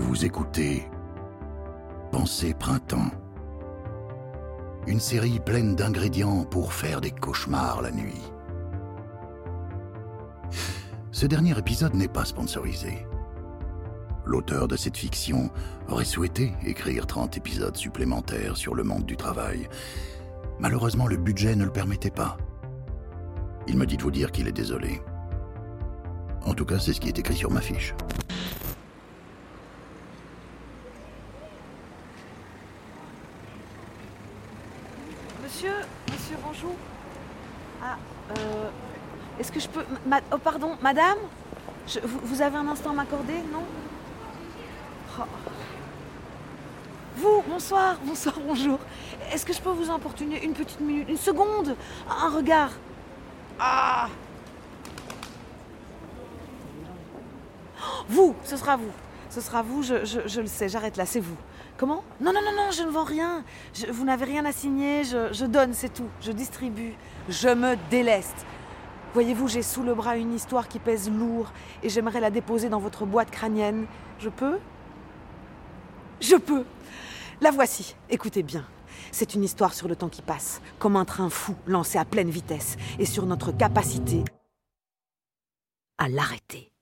Vous écoutez Pensée Printemps. Une série pleine d'ingrédients pour faire des cauchemars la nuit. Ce dernier épisode n'est pas sponsorisé. L'auteur de cette fiction aurait souhaité écrire 30 épisodes supplémentaires sur le monde du travail. Malheureusement, le budget ne le permettait pas. Il me dit de vous dire qu'il est désolé. En tout cas, c'est ce qui est écrit sur ma fiche. Monsieur Ranjou. Est-ce que je peux... Oh, pardon, madame vous avez un instant à m'accorder, non? Oh. Vous, bonsoir, bonjour. Est-ce que je peux vous importuner une petite minute, une seconde? Un regard? Ah! Vous, ce sera vous. Ce sera vous, je le sais, j'arrête là, c'est vous. Comment? Non, je ne vends rien. Vous n'avez rien à signer, je donne, c'est tout. Je distribue, je me déleste. Voyez-vous, j'ai sous le bras une histoire qui pèse lourd et j'aimerais la déposer dans votre boîte crânienne. Je peux? Je peux. La voici, écoutez bien. C'est une histoire sur le temps qui passe, comme un train fou lancé à pleine vitesse et sur notre capacité à l'arrêter.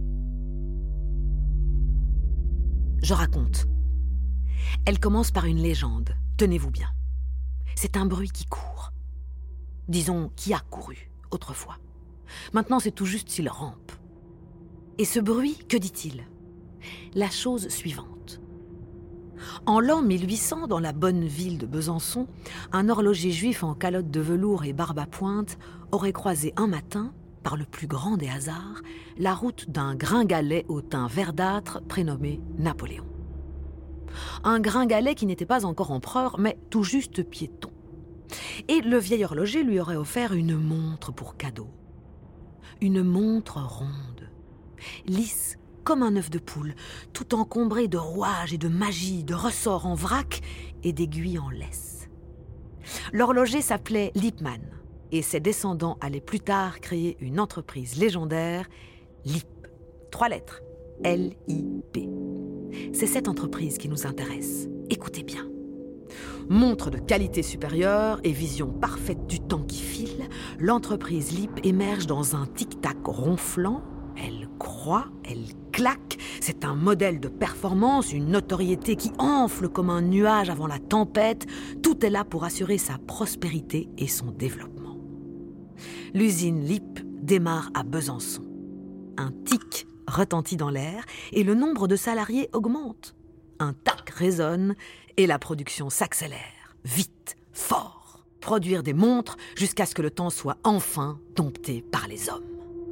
Je raconte. Elle commence par une légende, tenez-vous bien. C'est un bruit qui court. Disons, qui a couru, autrefois. Maintenant, c'est tout juste s'il rampe. Et ce bruit, que dit-il? La chose suivante. En l'an 1800, dans la bonne ville de Besançon, un horloger juif en calotte de velours et barbe à pointe aurait croisé un matin, par le plus grand des hasards, la route d'un gringalet au teint verdâtre prénommé Napoléon. Un gringalet qui n'était pas encore empereur, mais tout juste piéton. Et le vieil horloger lui aurait offert une montre pour cadeau. Une montre ronde, lisse comme un œuf de poule, tout encombrée de rouages et de magie, de ressorts en vrac et d'aiguilles en laisse. L'horloger s'appelait Lippmann, et ses descendants allaient plus tard créer une entreprise légendaire, Lipp. 3 lettres, L-I-P. C'est cette entreprise qui nous intéresse. Écoutez bien. Montre de qualité supérieure et vision parfaite du temps qui file, l'entreprise Lipp émerge dans un tic-tac ronflant. Elle croît, elle claque. C'est un modèle de performance, une notoriété qui enfle comme un nuage avant la tempête. Tout est là pour assurer sa prospérité et son développement. L'usine Lipp démarre à Besançon. Un tic retentit dans l'air et le nombre de salariés augmente. Un tac résonne et la production s'accélère. Vite, fort. Produire des montres jusqu'à ce que le temps soit enfin dompté par les hommes.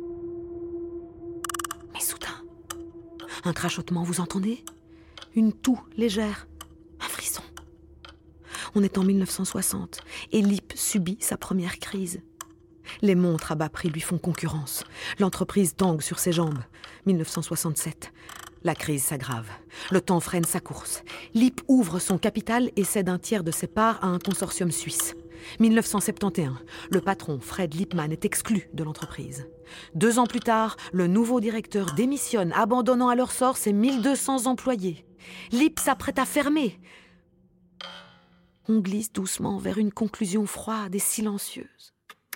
Mais soudain, un crachotement, vous entendez? Une toux légère, un frisson. On est en 1960 et Lipp subit sa première crise. Les montres à bas prix lui font concurrence. L'entreprise tangue sur ses jambes. 1967. La crise s'aggrave. Le temps freine sa course. Lipp ouvre son capital et cède un tiers de ses parts à un consortium suisse. 1971. Le patron, Fred Lippmann, est exclu de l'entreprise. 2 ans plus tard, le nouveau directeur démissionne, abandonnant à leur sort ses 1200 employés. Lipp s'apprête à fermer. On glisse doucement vers une conclusion froide et silencieuse.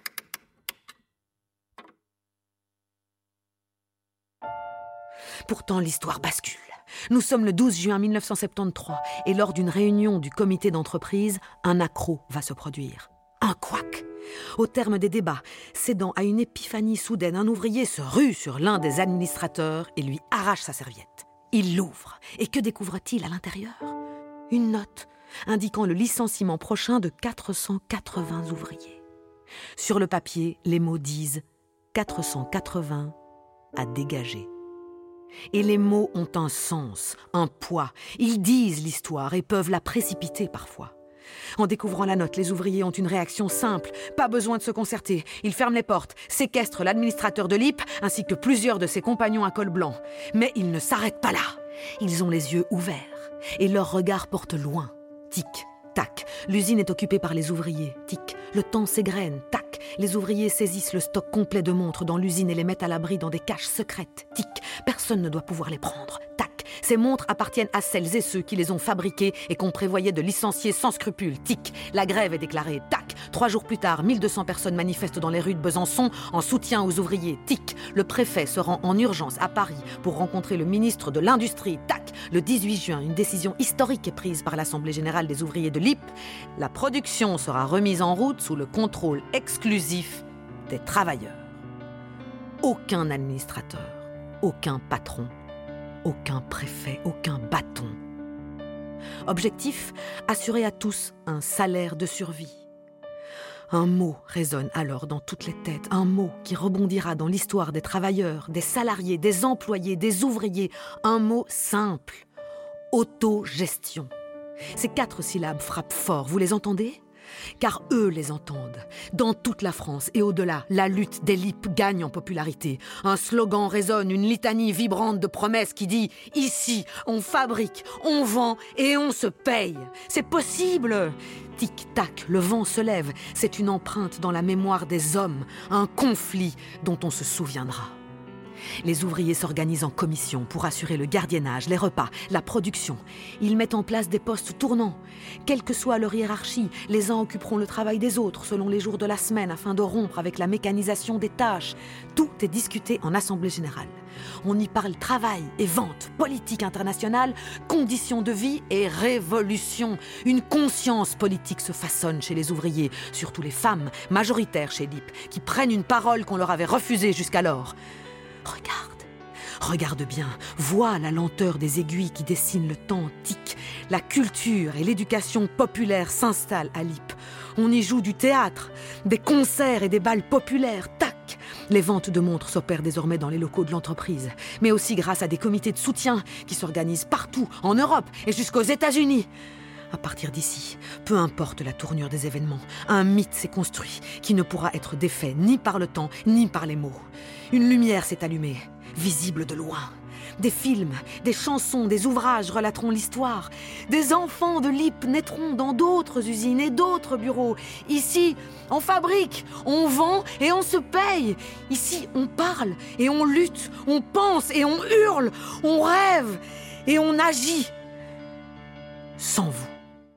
Pourtant, l'histoire bascule. Nous sommes le 12 juin 1973 et lors d'une réunion du comité d'entreprise, un accroc va se produire. Un couac. Au terme des débats, cédant à une épiphanie soudaine, un ouvrier se rue sur l'un des administrateurs et lui arrache sa serviette. Il l'ouvre. Et que découvre-t-il à l'intérieur? Une note indiquant le licenciement prochain de 480 ouvriers. Sur le papier, les mots disent « 480 à dégager ». Et les mots ont un sens, un poids. Ils disent l'histoire et peuvent la précipiter parfois. En découvrant la note, les ouvriers ont une réaction simple. Pas besoin de se concerter. Ils ferment les portes, séquestrent l'administrateur de Lipp ainsi que plusieurs de ses compagnons à col blanc. Mais ils ne s'arrêtent pas là. Ils ont les yeux ouverts et leur regard porte loin. Tic, tac. L'usine est occupée par les ouvriers. Tic. Le temps s'égrène. Tac. Les ouvriers saisissent le stock complet de montres dans l'usine et les mettent à l'abri dans des caches secrètes. Tic. Personne ne doit pouvoir les prendre. Tac. Ces montres appartiennent à celles et ceux qui les ont fabriquées et qu'on prévoyait de licencier sans scrupule. Tic, la grève est déclarée. Tac, 3 jours plus tard, 1200 personnes manifestent dans les rues de Besançon en soutien aux ouvriers. Tic, le préfet se rend en urgence à Paris pour rencontrer le ministre de l'Industrie. Tac, le 18 juin, une décision historique est prise par l'Assemblée générale des ouvriers de l'IP. La production sera remise en route sous le contrôle exclusif des travailleurs. Aucun administrateur, aucun patron, aucun préfet, aucun bâton. Objectif, assurer à tous un salaire de survie. Un mot résonne alors dans toutes les têtes, un mot qui rebondira dans l'histoire des travailleurs, des salariés, des employés, des ouvriers. Un mot simple, autogestion. Ces 4 syllabes frappent fort, vous les entendez ? Car eux les entendent. Dans toute la France et au-delà, la lutte des LIP gagne en popularité. Un slogan résonne, une litanie vibrante de promesses qui dit « Ici, on fabrique, on vend et on se paye. C'est possible !» Tic-tac, le vent se lève. C'est une empreinte dans la mémoire des hommes, un conflit dont on se souviendra. Les ouvriers s'organisent en commission pour assurer le gardiennage, les repas, la production. Ils mettent en place des postes tournants. Quelle que soit leur hiérarchie, les uns occuperont le travail des autres selon les jours de la semaine afin de rompre avec la mécanisation des tâches. Tout est discuté en assemblée générale. On y parle travail et vente, politique internationale, conditions de vie et révolution. Une conscience politique se façonne chez les ouvriers, surtout les femmes, majoritaires chez l'IP, qui prennent une parole qu'on leur avait refusée jusqu'alors. Regarde bien, vois la lenteur des aiguilles qui dessinent le temps, tic. La culture et l'éducation populaire s'installent à l'IP. On y joue du théâtre, des concerts et des bals populaires, tac. Les ventes de montres s'opèrent désormais dans les locaux de l'entreprise, mais aussi grâce à des comités de soutien qui s'organisent partout, en Europe et jusqu'aux États-Unis. À partir d'ici, peu importe la tournure des événements, un mythe s'est construit qui ne pourra être défait ni par le temps, ni par les mots. Une lumière s'est allumée, visible de loin. Des films, des chansons, des ouvrages relateront l'histoire. Des enfants de l'IP naîtront dans d'autres usines et d'autres bureaux. Ici, on fabrique, on vend et on se paye. Ici, on parle et on lutte, on pense et on hurle, on rêve et on agit. Sans vous.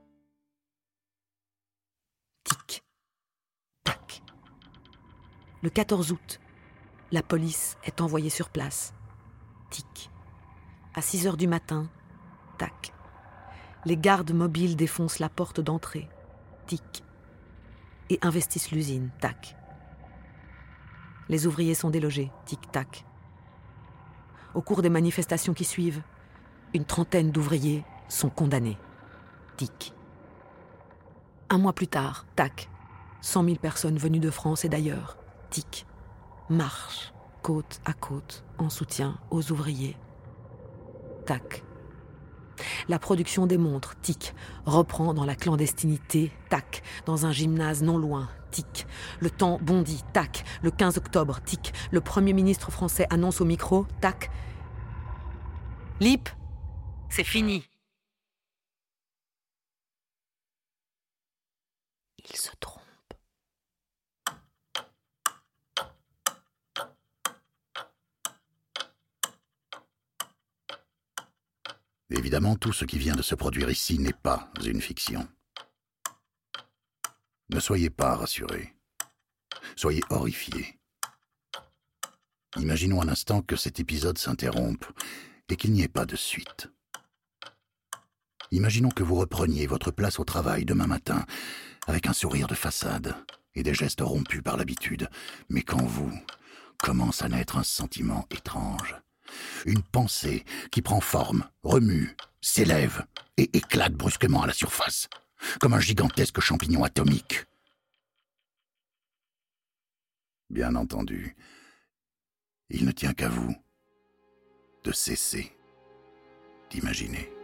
Tic, tac. Le 14 août, la police est envoyée sur place. Tic. À 6h du matin, tac. Les gardes mobiles défoncent la porte d'entrée. Tic. Et investissent l'usine. Tac. Les ouvriers sont délogés. Tic, tac. Au cours des manifestations qui suivent, une trentaine d'ouvriers sont condamnés. Tic. 1 mois plus tard, tac. 100 000 personnes venues de France et d'ailleurs. Tic. Marche, côte à côte, en soutien aux ouvriers. Tac. La production des montres, tic, reprend dans la clandestinité, tac, dans un gymnase non loin, tic. Le temps bondit, tac. Le 15 octobre, tic. Le Premier ministre français annonce au micro, tac. L'IP, c'est fini. Il se trompe. Évidemment, tout ce qui vient de se produire ici n'est pas une fiction. Ne soyez pas rassurés. Soyez horrifiés. Imaginons un instant que cet épisode s'interrompe et qu'il n'y ait pas de suite. Imaginons que vous repreniez votre place au travail demain matin avec un sourire de façade et des gestes rompus par l'habitude, mais qu'en vous commence à naître un sentiment étrange. Une pensée qui prend forme, remue, s'élève et éclate brusquement à la surface, comme un gigantesque champignon atomique. Bien entendu, il ne tient qu'à vous de cesser d'imaginer.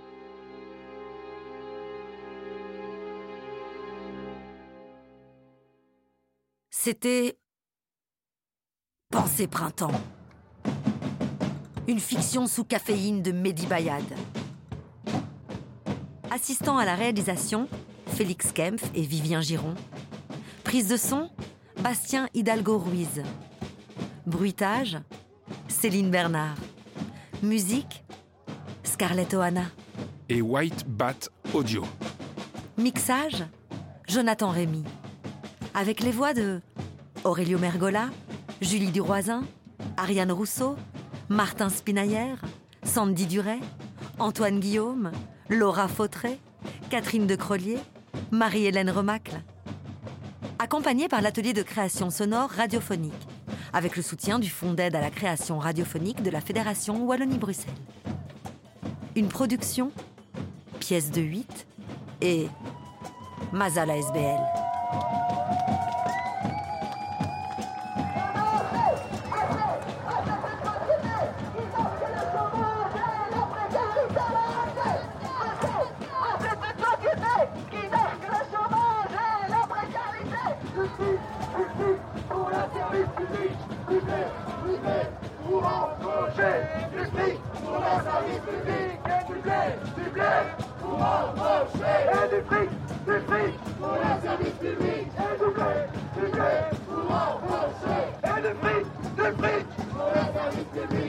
C'était Pensée Printemps. Une fiction sous caféine de Mehdi Bayad. Assistant à la réalisation, Félix Kempf et Vivien Giron. Prise de son, Bastien Hidalgo Ruiz. Bruitage, Céline Bernard. Musique, Scarlett Ohana. Et White Bat Audio. Mixage, Jonathan Rémy. Avec les voix de Aurelio Mergola, Julie Duroisin, Ariane Rousseau, Martin Spinaillère, Sandy Duret, Antoine Guillaume, Laura Fautré, Catherine de Crollier, Marie-Hélène Remacle. Accompagnée par l'atelier de création sonore radiophonique, avec le soutien du Fonds d'aide à la création radiophonique de la Fédération Wallonie-Bruxelles. Une production, Pièce de 8 et Mazala SBL. Du fric pour le service public.